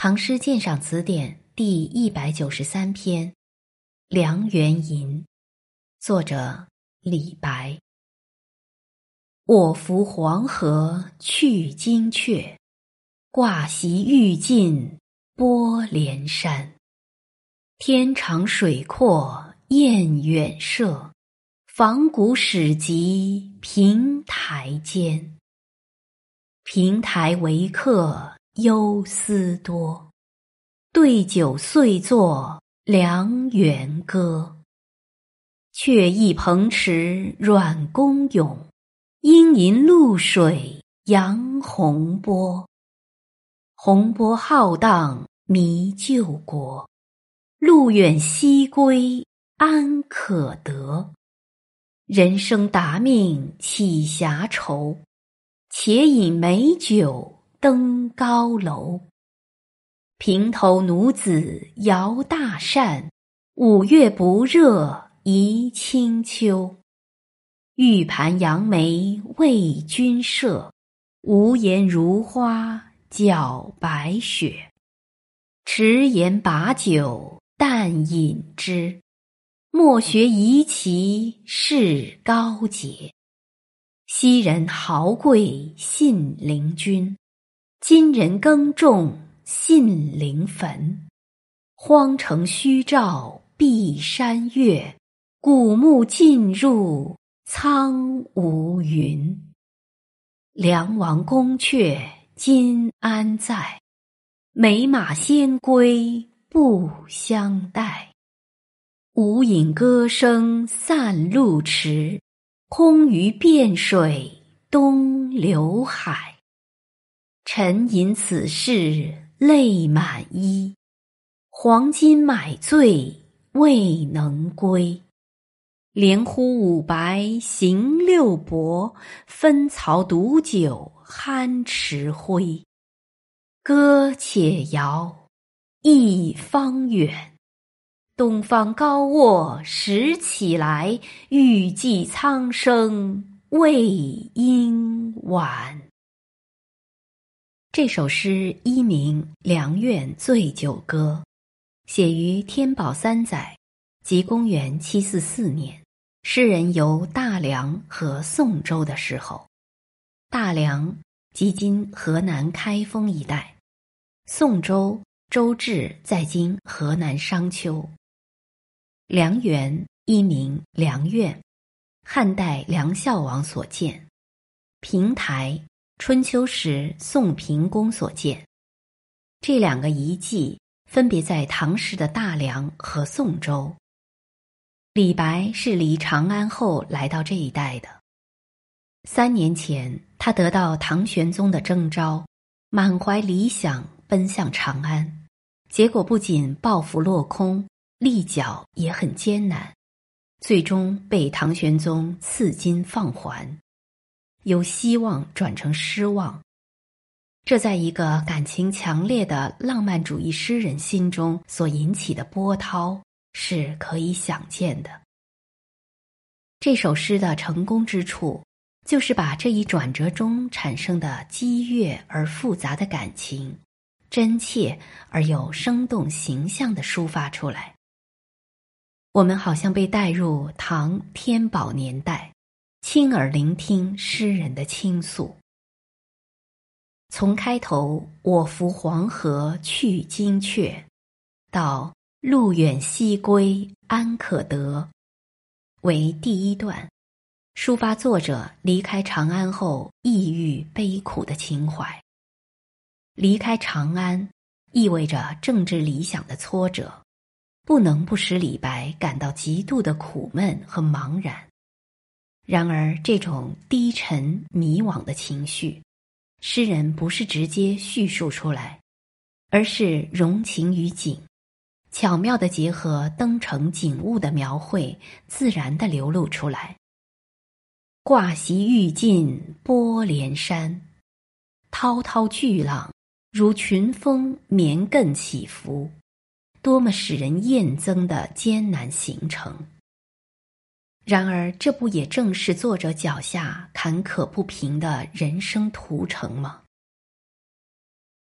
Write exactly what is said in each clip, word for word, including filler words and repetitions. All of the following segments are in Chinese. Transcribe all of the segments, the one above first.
唐诗鉴赏词典第一百九十三篇《梁元吟》，作者李白。我扶黄河去金阙，挂席欲尽波连山。天长水阔雁远射，仿古始及平台间。平台为客忧思多，对酒遂作梁元歌。却忆蓬池阮公咏，应吟露水扬洪波。洪波浩荡迷旧国，路远西归安可得？人生达命岂暇愁，且饮美酒登高楼。平头奴子摇大扇，五月不热宜清秋。玉盘扬眉为君设，无言如花皎白雪。迟言把酒但饮之，莫学夷其事高洁。昔人豪贵信陵君，今人耕种信陵坟。荒城虚照碧山月，古木尽入苍梧云。梁王宫阙今安在？美马仙归不相待。无影歌声散路迟，空余汴水东流海。沉吟此事泪满衣，黄金买醉未能归。连呼五白行六伯，分曹独酒酣池灰。歌且摇，意方远。东方高卧时起来，欲济苍生未应晚。这首诗一名《梁苑醉酒歌》，写于天宝三载，即公元七四四年，诗人游大梁和宋州的时候。大梁即今河南开封一带，宋州州治在今河南商丘。梁园一名梁苑，汉代梁孝王所建。平台，春秋时宋平公所建。这两个遗迹分别在唐时的大梁和宋州。李白是离长安后来到这一带的。三年前，他得到唐玄宗的征召，满怀理想奔向长安，结果不仅抱负落空，立脚也很艰难，最终被唐玄宗赐金放还，由希望转成失望。这在一个感情强烈的浪漫主义诗人心中所引起的波涛是可以想见的。这首诗的成功之处，就是把这一转折中产生的激越而复杂的感情，真切而又生动形象地抒发出来。我们好像被带入唐天宝年代，亲耳聆听诗人的倾诉。从开头我扶黄河去金阙，到路远西归安可得，为第一段，抒发作者离开长安后抑郁悲苦的情怀。离开长安意味着政治理想的挫折，不能不使李白感到极度的苦闷和茫然。然而这种低沉迷惘的情绪，诗人不是直接叙述出来，而是融情于景，巧妙地结合登城景物的描绘，自然地流露出来。挂席欲尽波连山，滔滔巨浪如群峰绵亘起伏，多么使人厌憎的艰难行程。然而这不也正是作者脚下坎坷不平的人生途程吗？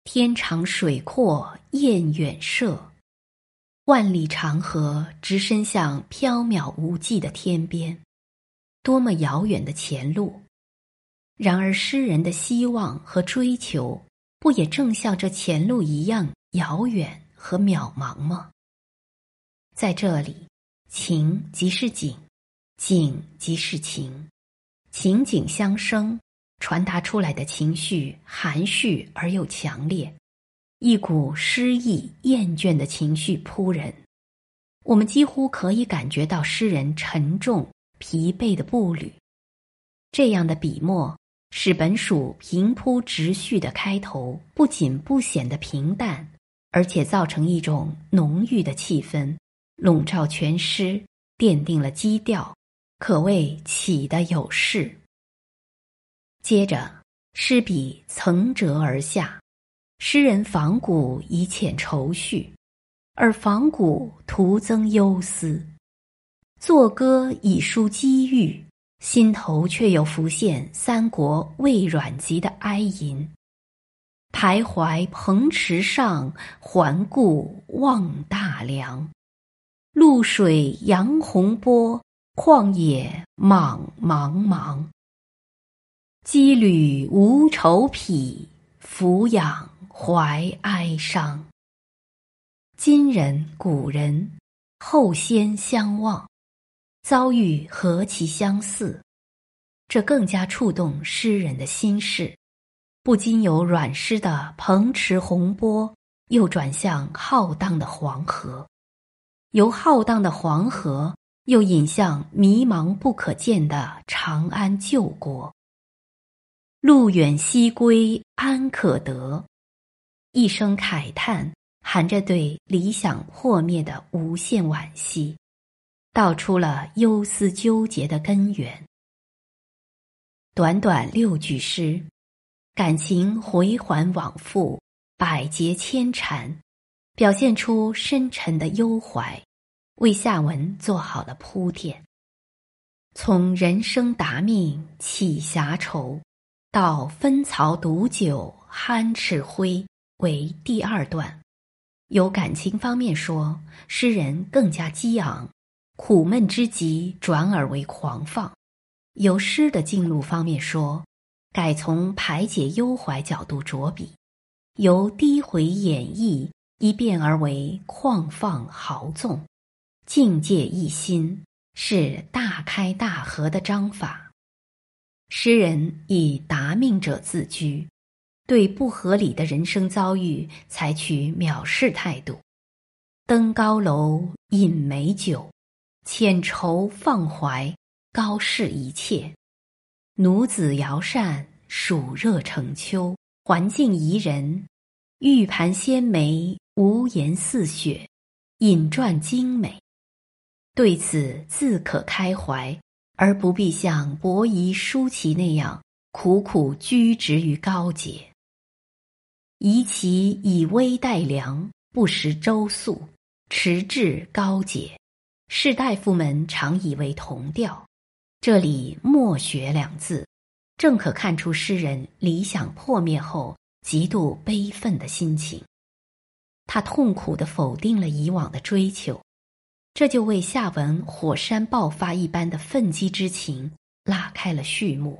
天长水阔雁远涉，万里长河直伸向缥缈无际的天边，多么遥远的前路！然而诗人的希望和追求，不也正像这前路一样遥远和渺茫吗？在这里，情即是景，景即是情，情景相生，传达出来的情绪含蓄而又强烈，一股失意厌倦的情绪扑人。我们几乎可以感觉到诗人沉重疲惫的步履。这样的笔墨使本属平铺直叙的开头不仅不显得平淡，而且造成一种浓郁的气氛，笼罩全诗，奠定了基调，可谓起得有势。接着，诗笔层折而下，诗人仿古以遣愁绪，而仿古徒增忧思。作歌以抒机遇，心头却又浮现三国魏阮籍的哀吟：徘徊蓬池上，环顾望大梁。渌水扬洪波，旷野莽茫茫。羁旅无愁匹，俯仰怀哀伤。今人古人，后先相望，遭遇何其相似，这更加触动诗人的心事，不禁由阮诗的蓬池洪波，又转向浩荡的黄河，由浩荡的黄河又引向迷茫不可见的长安旧国。路远西归安可得，一声慨叹，含着对理想破灭的无限惋惜，道出了忧思纠结的根源。短短六句诗，感情回环往复，百结千缠，表现出深沉的忧怀，为下文做好了铺垫。从人生达命起遐愁，到分曹毒酒酣赤灰为第二段。由感情方面说，诗人更加激昂，苦闷之极转而为狂放。由诗的进路方面说，改从排解忧怀角度着笔，由低回演绎一变而为旷放豪纵，境界一新，是大开大合的章法。诗人以达命者自居，对不合理的人生遭遇采取藐视态度。登高楼饮美酒，遣愁放怀，高视一切。奴子摇扇，暑热成秋，环境宜人。玉盘鲜梅，无言似雪，饮馔精美。对此自可开怀，而不必像伯夷叔齐那样苦苦居执于高洁。夷其以微待良，不识周粟，迟滞高洁，士大夫们常以为同调。这里默学两字，正可看出诗人理想破灭后极度悲愤的心情。他痛苦地否定了以往的追求，这就为下文火山爆发一般的愤激之情拉开了序幕。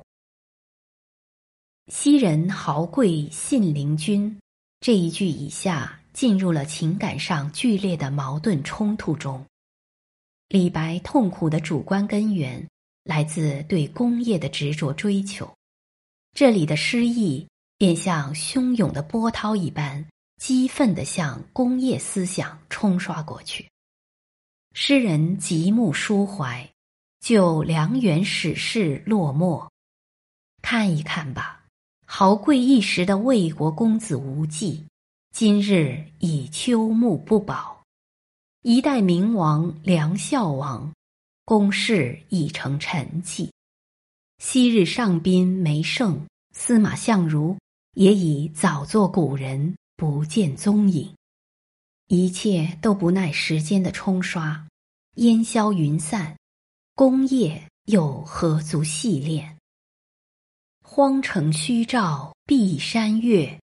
昔人豪贵信陵君，这一句以下进入了情感上剧烈的矛盾冲突中。李白痛苦的主观根源来自对功业的执着追求，这里的诗意便像汹涌的波涛一般，激愤地向功业思想冲刷过去。诗人极目抒怀，就梁园史事落寞。看一看吧，豪贵一时的魏国公子无忌，今日已秋木不保；一代明王梁孝王，公事已成陈迹。昔日上宾梅胜、司马相如也已早作古人，不见踪影。一切都不耐时间的冲刷，烟消云散，功业又何足细练？荒城虚照碧山月，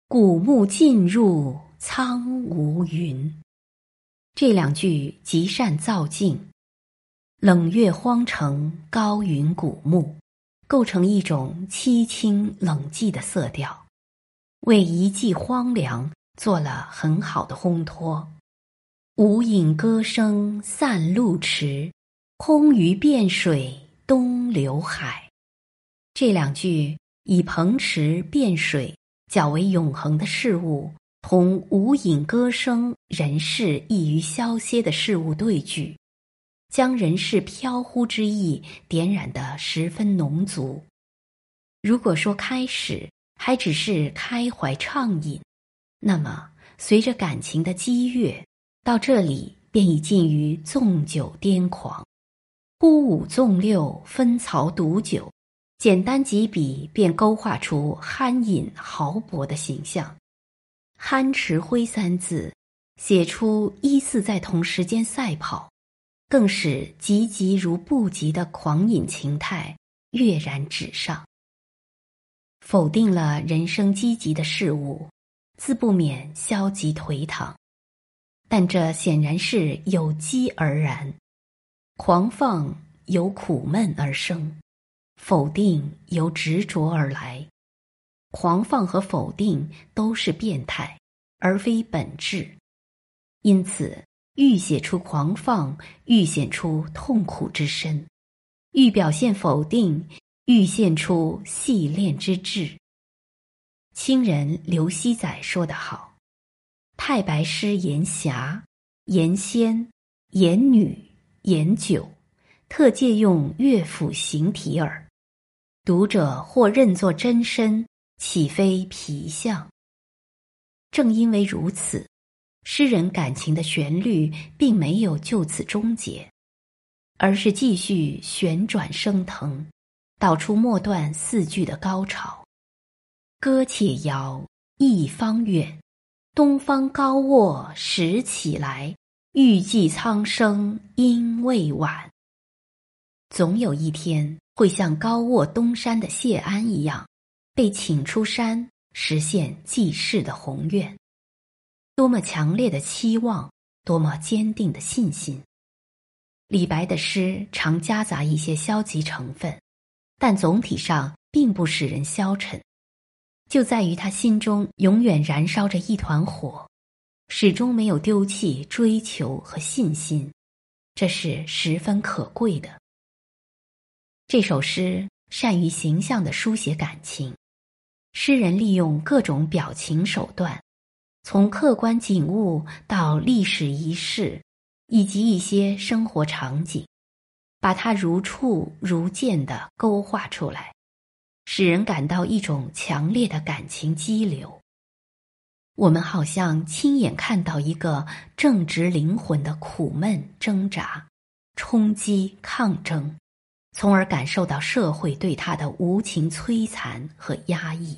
古木尽入苍无云。这两句极善造境，冷月荒城，高云古木，构成一种凄清冷寂的色调，为一季荒凉做了很好的烘托。无影歌声散路迟，空余汴水东流海。这两句以蓬池汴水较为永恒的事物，同无影歌声人世易于消歇的事物对句，将人世飘忽之意点染得十分浓足。如果说开始还只是开怀畅饮，那么随着感情的激越，到这里便已近于纵酒癫狂。呼五纵六，分曹毒酒，简单几笔便勾画出酣饮豪勃的形象。酣持挥三字写出依似在同时间赛跑，更使急急如不及的狂饮情态跃然纸上。否定了人生积极的事物，自不免消极颓唐，但这显然是有机而然。狂放由苦闷而生，否定由执着而来。狂放和否定都是变态，而非本质。因此，愈写出狂放，愈显出痛苦之深；愈表现否定，愈现出细练之至。清人刘熙载说得好：太白诗言侠、言仙、言女、言酒，特借用乐府形体耳。读者或认作真身，岂非皮相？正因为如此，诗人感情的旋律并没有就此终结，而是继续旋转升腾，导出末段四句的高潮。歌且遥，一方远，东方高卧时起来，欲济苍生应未晚。总有一天会像高卧东山的谢安一样，被请出山，实现济世的宏愿。多么强烈的期望，多么坚定的信心。李白的诗常夹杂一些消极成分，但总体上并不使人消沉，就在于他心中永远燃烧着一团火，始终没有丢弃追求和信心，这是十分可贵的。这首诗善于形象地书写感情，诗人利用各种表情手段，从客观景物到历史仪式，以及一些生活场景，把它如触如见地勾画出来，使人感到一种强烈的感情激流。我们好像亲眼看到一个正直灵魂的苦闷挣扎、冲击抗争，从而感受到社会对他的无情摧残和压抑。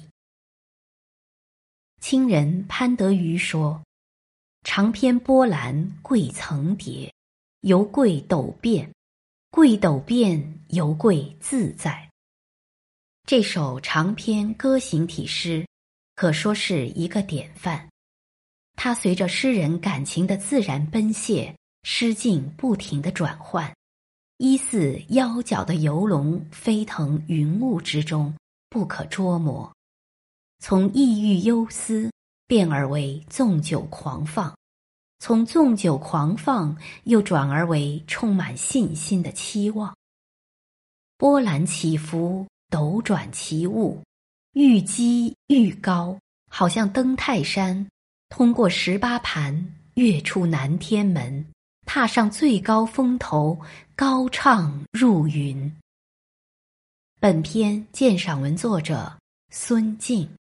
清人潘德余说：长篇波澜贵层叠，犹贵陡变，贵陡变犹贵自在。这首长篇歌行体诗可说是一个典范，它随着诗人感情的自然奔泻，诗境不停地转换，依似腰角的游龙飞腾云雾之中，不可捉摸。从抑郁忧思变而为纵酒狂放，从纵酒狂放又转而为充满信心的期望。波澜起伏，斗转奇物，愈激愈高，好像登泰山，通过十八盘，跃出南天门，踏上最高峰头，高唱入云。本篇鉴赏文作者孙敬。